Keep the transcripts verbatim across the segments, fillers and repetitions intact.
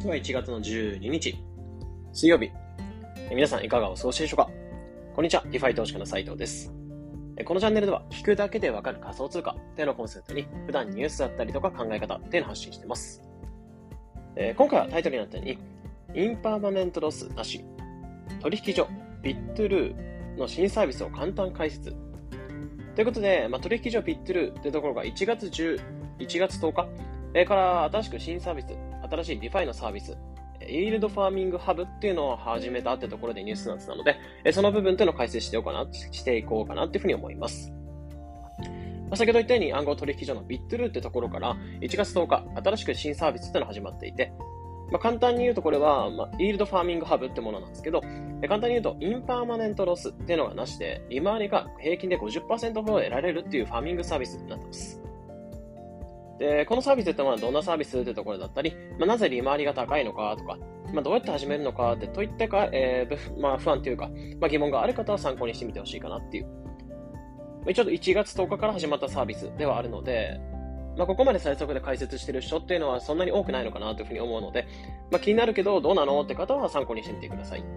今日はいちがつのじゅうににち、水曜日。皆さんいかがお過ごしでしょうか。こんにちは、ディファイ投資家の斉藤です。このチャンネルでは、聞くだけでわかる仮想通貨というのをコンセプトに、普段ニュースだったりとか考え方というのを発信しています。今回はタイトルになったように、インパーマネントロスなし、取引所ビットルーの新サービスを簡単解説。ということで、まあ、取引所ビットルーというところがいちがつじゅう、いちがつとおかから新しく新サービス、新しいディファイのサービス、イールドファーミングハブっていうのを始めたってところでニュースになってたので、その部分というのを解説していこうかな、していこうかなっていうふうに思います。まあ、先ほど言ったように暗号取引所のビットルーってところからいちがつとおか、新しく新サービスっていうのが始まっていて、まあ、簡単に言うとこれは、まあ、イールドファーミングハブってものなんですけど、簡単に言うとインパーマネントロスっていうのがなしで、利回りが平均で ごじゅっパーセント ほど得られるっていうファーミングサービスになっています。で、このサービスってのはどんなサービスってところだったり、まあ、なぜ利回りが高いのかとか、まあ、どうやって始めるのかってといったか、えーまあ、不安というか、まあ、疑問がある方は参考にしてみてほしいかなっていう。ちょっといちがつとおかから始まったサービスではあるので、まあ、ここまで最速で解説している人っていうのはそんなに多くないのかなというふうに思うので、まあ、気になるけどどうなのって方は参考にしてみてください。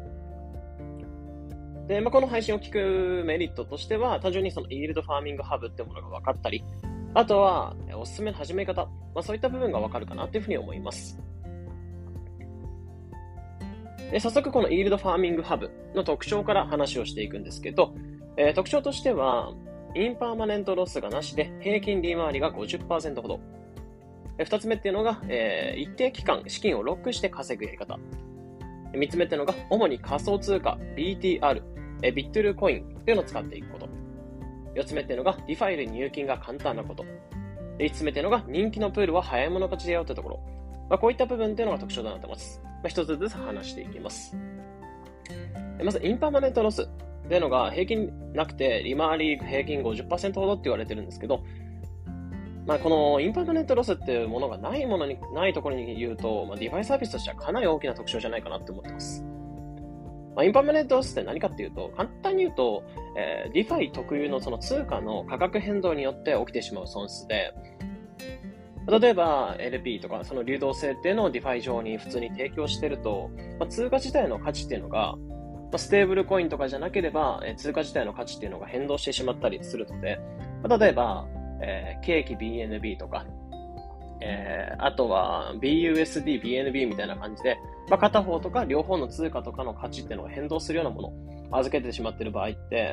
で、まあ、この配信を聞くメリットとしては、単純にそのイールドファーミングハブってものが分かったり、あとはおすすめの始め方、まあ、そういった部分が分かるかなというふうに思います。で、早速このイールドファーミングハブの特徴から話をしていくんですけど、えー、特徴としては、インパーマネントロスがなしで平均利回りが ごじゅっパーセント ほど。二つ目っていうのが、えー、一定期間資金をロックして稼ぐやり方。三つ目っていうのが主に仮想通貨 ビーティーアール、えー、ビットルーコインっていうのを使っていくこと。四つ目っていうのがディファイル入金が簡単なこと。五つ目っていうのが人気のプールは早い者勝ちでやるってところ。まあ、こういった部分っていうのが特徴となっています。まあ、一つずつ話していきます。まずインパーマネントロスっていうのが平均なくて利回り平均 ごじゅっパーセント ほどって言われてるんですけど、まあ、このインパーマネントロスっていうものがないものにないところに言うと、まあ、ディファイサービスとしてはかなり大きな特徴じゃないかなって思ってます。まあ、インパーマネントロスって何かっていうと、簡単に言うと、えー、ディファイ特有のその通貨の価格変動によって起きてしまう損失で、例えば エルピー とかその流動性っていうのをディファイ上に普通に提供してると、まあ、通貨自体の価値っていうのが、まあ、ステーブルコインとかじゃなければ、えー、通貨自体の価値っていうのが変動してしまったりするので、まあ、例えば、えー、ケーキ ビーエヌビー とか、えー、あとは ビーユーエスディー、ビーエヌビー みたいな感じで、まあ、片方とか両方の通貨とかの価値っていうのが変動するようなものを預けてしまっている場合って、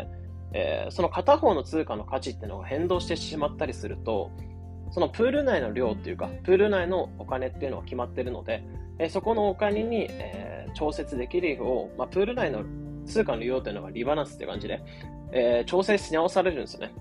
えー、その片方の通貨の価値っていうのが変動してしまったりすると、そのプール内の量っていうか、プール内のお金っていうのは決まっているので、えー、そこのお金に、えー、調節できるよう、まあ、プール内の通貨の量っていうのがリバランスっていう感じで、えー、調整し直されるんですよね。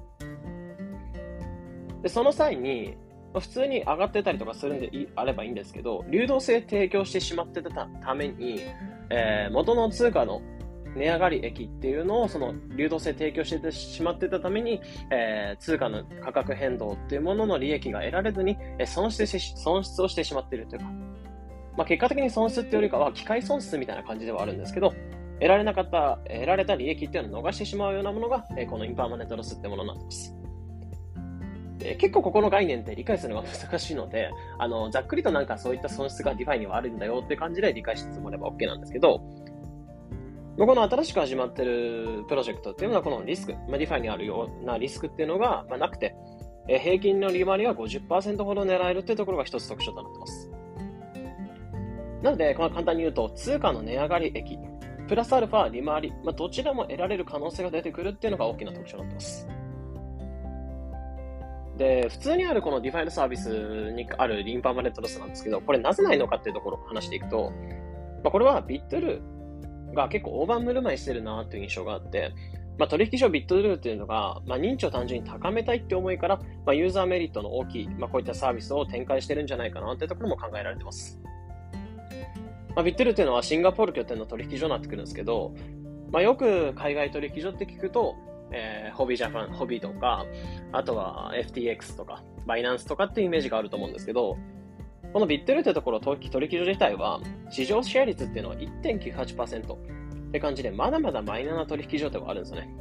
で、その際に、普通に上がってたりとかするんであればいいんですけど、流動性提供してしまってたために、えー、元の通貨の値上がり益っていうのをその流動性提供してしまってたために、えー、通貨の価格変動っていうものの利益が得られずに、えー、損失し損失をしてしまっているというか、まあ、結果的に損失っていうよりかは機械損失みたいな感じではあるんですけど、得られなかった得られた利益っていうのを逃してしまうようなものが、えー、このインパーマネントロスってものになっています。結構ここの概念って理解するのが難しいので、あのざっくりとなんかそういった損失がディファイにはあるんだよって感じで理解してもらえば OK なんですけど、この新しく始まっているプロジェクトっていうのはこのリスク、まあ、ディファイにあるようなリスクっていうのが、まあ、なくて、え平均の利回りが ごじゅっパーセント ほど狙えるっていうところが一つ特徴となっています。なので、この簡単に言うと通貨の値上がり益プラスアルファ利回り、まあ、どちらも得られる可能性が出てくるっていうのが大きな特徴になっています。で、普通にあるこのディファイのサービスにあるインパーマネントロスなんですけど、これなぜないのかっていうところを話していくと、まあ、これはビットルーが結構大盤振る舞いしてるなという印象があって、まあ、取引所ビットルーっていうのが、まあ、認知を単純に高めたいって思いから、まあ、ユーザーメリットの大きい、まあ、こういったサービスを展開してるんじゃないかなっていうところも考えられています。まあ、ビットルーっていうのはシンガポール拠点の取引所になってくるんですけど、まあ、よく海外取引所って聞くと、えー、ホビージャパン、ホビーとか、あとは エフティーエックス とか、バイナンスとかっていうイメージがあると思うんですけど、このビットルーというところ、取引所自体は、市場シェア率っていうのは いってんきゅうはちパーセント って感じで、まだまだマイナーな取引所ではあるんですよね。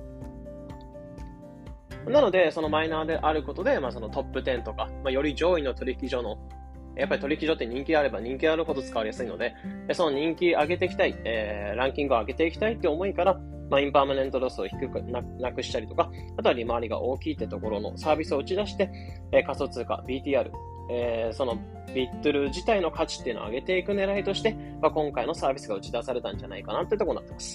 なので、そのマイナーであることで、まあ、そのトップじゅうとか、まあ、より上位の取引所のやっぱり取引所って人気があれば人気があるほど使われやすいので、その人気上げていきたい、えー、ランキングを上げていきたいって思いから、まあ、インパーマネントロスを低く な, なくしたりとか、あとは利回りが大きいってところのサービスを打ち出して、えー、仮想通貨 ビーティーアール、えー、そのビットル自体の価値っていうのを上げていく狙いとして、まあ、今回のサービスが打ち出されたんじゃないかなってところになってます。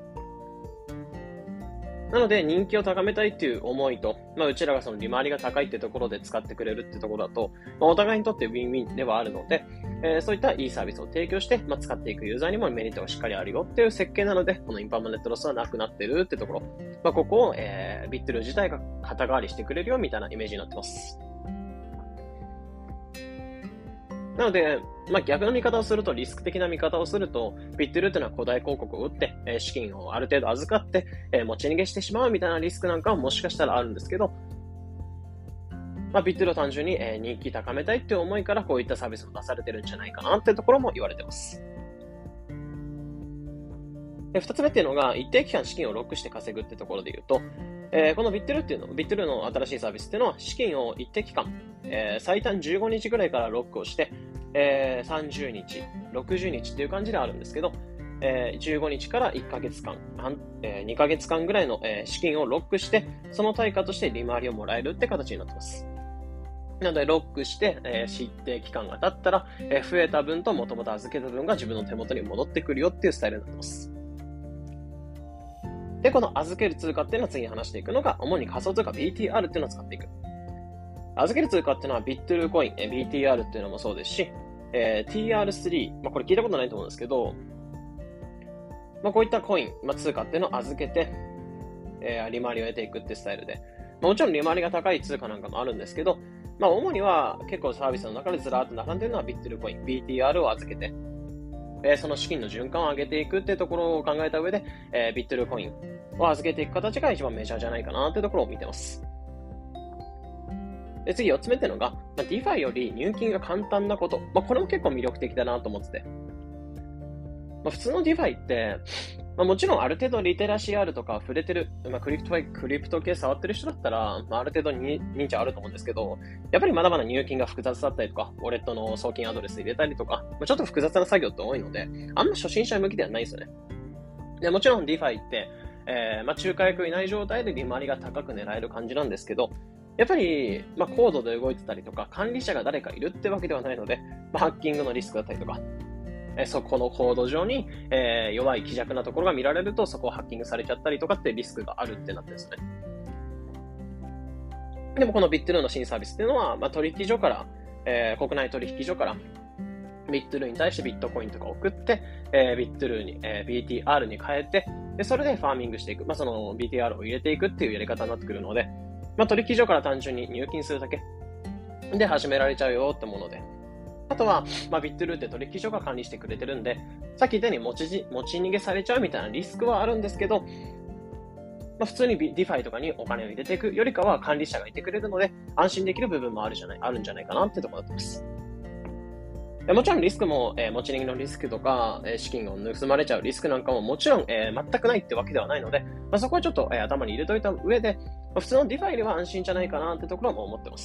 なので人気を高めたいっていう思いと、まあ、うちらがその利回りが高いってところで使ってくれるってところだと、まあ、お互いにとってウィンウィンではあるので、えー、そういったいいサービスを提供して、まあ、使っていくユーザーにもメリットがしっかりあるよっていう設計なので、このインパーマネントロスはなくなってるってところ、まあ、ここを、えー、ビットル自体が肩代わりしてくれるよみたいなイメージになってます。なので、まあ、逆の見方をすると、リスク的な見方をすると、ビットルっていうのは古代広告を打って、えー、資金をある程度預かって、えー、持ち逃げしてしまうみたいなリスクなんかはもしかしたらあるんですけど、まあ、ビットルを単純に、えー、人気高めたいっていう思いからこういったサービスも出されてるんじゃないかなっていうところも言われてます。で、二つ目っていうのが、一定期間資金をロックして稼ぐってところで言うと、えー、このビットルっていうの、ビットルの新しいサービスっていうのは、資金を一定期間、えー、最短じゅうごにちぐらいからロックをして、えー、さんじゅうにち、ろくじゅうにちっていう感じであるんですけど、えー、じゅうごにちからいっかげつかん、えー、にかげつかんぐらいの、えー、資金をロックして、その対価として利回りをもらえるって形になってます。なので、ロックして、えー、一定期間が経ったら、えー、増えた分と元々預けた分が自分の手元に戻ってくるよっていうスタイルになってます。で、この預ける通貨っていうのは次に話していくのが、主に仮想通貨 ビーティーアール っていうのを使っていく。預ける通貨っていうのはビットルコイン、え ビーティーアール っていうのもそうですし、えー、ティーアールスリー、まあ、これ聞いたことないと思うんですけど、まあ、こういったコイン、まあ、通貨っていうのを預けて、えー、利回りを得ていくってスタイルで、まあ、もちろん利回りが高い通貨なんかもあるんですけど、まあ、主には結構サービスの中でずらーっと並んでいるのはビットルコイン、ビーティーアール を預けて、えー、その資金の循環を上げていくっていうところを考えた上で、えー、ビットルコインを預けていく形が一番メジャーじゃないかなっていうところを見てます。で、次よっつめっていうのが、まあ、DeFi より入金が簡単なこと。まあ、これも結構魅力的だなと思ってて。まあ、普通の DeFi って、まあ、もちろんある程度リテラシーあるとか触れてる、まあ、クリプト、クリプト系触ってる人だったら、まあ、ある程度に認知あると思うんですけど、やっぱりまだまだ入金が複雑だったりとか、ウォレットの送金アドレス入れたりとか、まあ、ちょっと複雑な作業って多いので、あんま初心者向きではないですよね。で、もちろん DeFi って、えー、まあ、仲介役いない状態で利回りが高く狙える感じなんですけど、やっぱり、まあ、コードで動いてたりとか、管理者が誰かいるってわけではないので、まあ、ハッキングのリスクだったりとか、えそこのコード上に、えー、弱い希弱なところが見られると、そこをハッキングされちゃったりとかってリスクがあるってなってるんですね。でもこのビットルーの新サービスっていうのは、まあ、取引所から、えー、国内取引所から、ビットルーに対してビットコインとか送って、えー、ビットルーに、えー、ビーティーアール に変えて、で、それでファーミングしていく。まあ、その ビーティーアール を入れていくっていうやり方になってくるので、まあ、取引所から単純に入金するだけで始められちゃうよってもので。あとは、まあ、ビットルーって取引所が管理してくれてるんで、さっき言ったように持ち、持ち逃げされちゃうみたいなリスクはあるんですけど、まあ、普通に DeFi とかにお金を入れていくよりかは管理者がいてくれるので、安心できる部分もあるじゃない、あるんじゃないかなってところだと思います。もちろんリスクも、えー、持ち逃げのリスクとか、えー、資金を盗まれちゃうリスクなんかももちろん、えー、全くないってわけではないので、まあ、そこはちょっと、えー、頭に入れといた上で、まあ、普通の DeFi よりは安心じゃないかなってところも思ってます。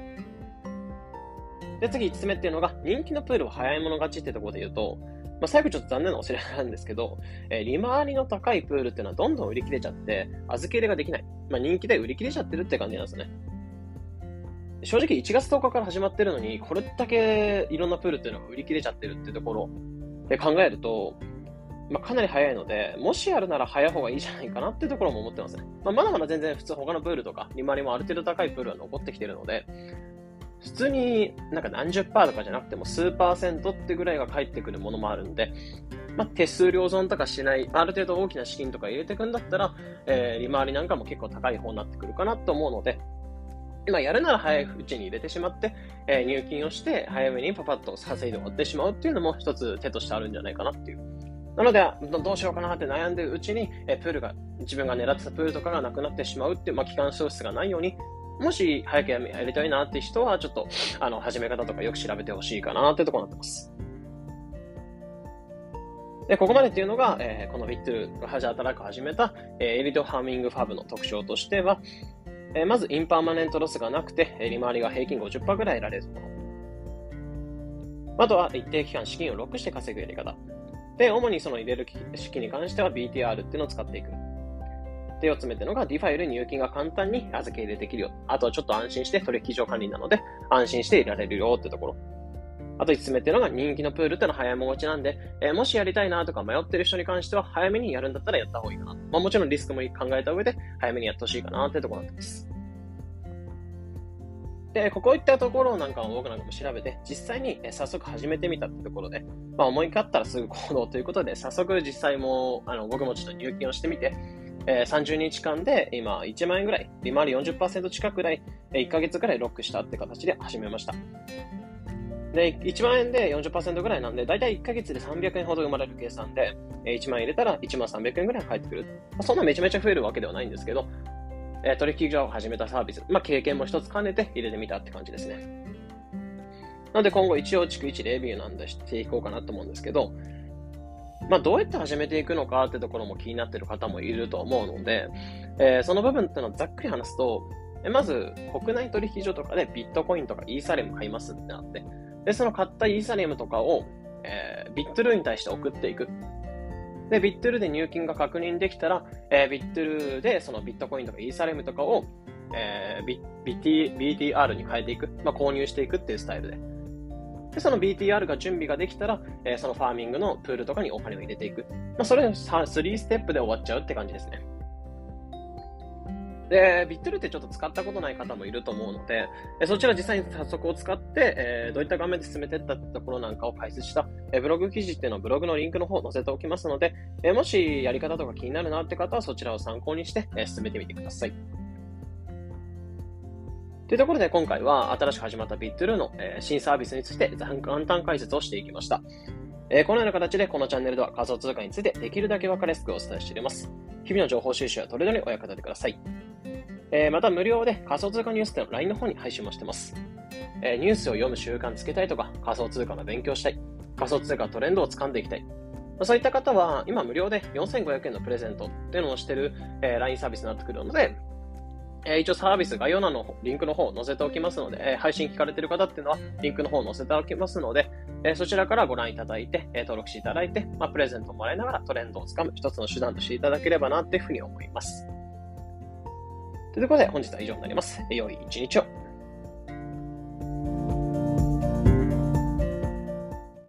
で、次いつつめっていうのが、人気のプールは早い者勝ちってところで言うと、まあ、最後ちょっと残念なお知らせなんですけど、えー、利回りの高いプールっていうのはどんどん売り切れちゃって、預け入れができない。まあ、人気で売り切れちゃってるって感じなんですね。正直いちがつとおかから始まってるのに、これだけいろんなプールっていうのが売り切れちゃってるってところで考えると、まあ、かなり早いので、もしやるなら早い方がいいじゃないかなってところも思ってますね。まあ、まだまだ全然普通他のプールとか、利回りもある程度高いプールは残ってきてるので、普通になんか何十パーとかじゃなくても数パーセントってぐらいが返ってくるものもあるんで、まあ、手数料損とかしない、ある程度大きな資金とか入れていくんだったら、えー、利回りなんかも結構高い方になってくるかなと思うので、まあ、やるなら早いうちに入れてしまって、えー、入金をして早めにパパッと稼いで終わってしまうっていうのも一つ手としてあるんじゃないかなっていう。なので、どうしようかなって悩んでるうちに、えー、プールが、自分が狙ってたプールとかがなくなってしまうっていう、まあ、期間喪失がないように、もし早くやりたいなって人は、ちょっと、あの、始め方とかよく調べてほしいかなってところになってます。で、ここまでっていうのが、えー、このビットルが働く始めた、えー、エリートファーミングファブの特徴としては、えー、まず、インパーマネントロスがなくて、えー、利回りが平均 ごじゅっパーセント ぐらい得られるもの。 あとは一定期間資金をロックして稼ぐやり方。で、主にその入れる資金に関しては ビーティーアール っていうのを使っていく。で、四つ目っていうのが ディファイ より入金が簡単に預け入れできるよ。あとはちょっと安心して取引所管理なので安心していられるよってところ。あと五つ目っていうのが人気のプールっていうのは早いもん勝ちなんで、えー、もしやりたいなとか迷ってる人に関しては早めにやるんだったらやった方がいいかな。まあもちろんリスクも考えた上で早めにやってほしいかなってところになってます。で、ここいったところなんかも僕なんかも調べて、実際に早速始めてみたってところで、まあ思い立ったらすぐ行動ということで、早速実際も、あの、僕もちょっと入金をしてみて、えー、さんじゅうにちかんで今いちまんえんぐらい、利回り よんじゅっパーセント 近くぐらい、いっかげつぐらいロックしたって形で始めました。で、いちまんえんで よんじゅっパーセント ぐらいなんで、だいたいいっかげつでさんびゃくえんほど生まれる計算で、いちまんえん入れたらいちまんさんびゃくえんぐらい返ってくる。そんなめちゃめちゃ増えるわけではないんですけど、えー、取引所を始めたサービス、まあ経験も一つ兼ねて入れてみたって感じですね。なので今後一応逐一レビューなんでしていこうかなと思うんですけど、まあどうやって始めていくのかってところも気になっている方もいると思うので、えー、その部分っていうのをざっくり話すと、まず国内取引所とかでビットコインとかイーサリアム買いますってなって、で、その買ったイーサリアムとかを、えー、ビットルーに対して送っていく。で、ビットルーで入金が確認できたら、えー、ビットルーでそのビットコインとかイーサリアムとかを、えー、ビーティーアール に変えていく。まあ、購入していくっていうスタイルで。で、その ビーティーアール が準備ができたら、えー、そのファーミングのプールとかにお金を入れていく。まあ、それのさんステップで終わっちゃうって感じですね。で、ビットルーってちょっと使ったことない方もいると思うので、そちら実際に早速を使って、えー、どういった画面で進めていったところなんかを解説した、えー、ブログ記事っていうのをブログのリンクの方を載せておきますので、えー、もしやり方とか気になるなって方はそちらを参考にして、えー、進めてみてください。というところで今回は新しく始まったビットルーの、えー、新サービスについて簡単解説をしていきました。えー、このような形でこのチャンネルでは仮想通貨についてできるだけ分かりやすくお伝えしています。日々の情報収集やトレードにお役立てください。えー、また無料で仮想通貨ニュースでの ライン の方に配信もしてます。えー、ニュースを読む習慣つけたいとか、仮想通貨の勉強したい、仮想通貨トレンドを掴んでいきたい。そういった方は今無料でよんせんごひゃくえんのプレゼントっていうのをしている、えー、ライン サービスになってくるので、えー、一応サービス概要欄のリンクの方を載せておきますので、えー、配信聞かれている方っていうのはリンクの方を載せておきますので、えー、そちらからご覧いただいて、えー、登録していただいて、まあ、プレゼントをもらいながらトレンドをつかむ一つの手段としていただければなっていうふうに思います。ということで本日は以上になります。良い一日を。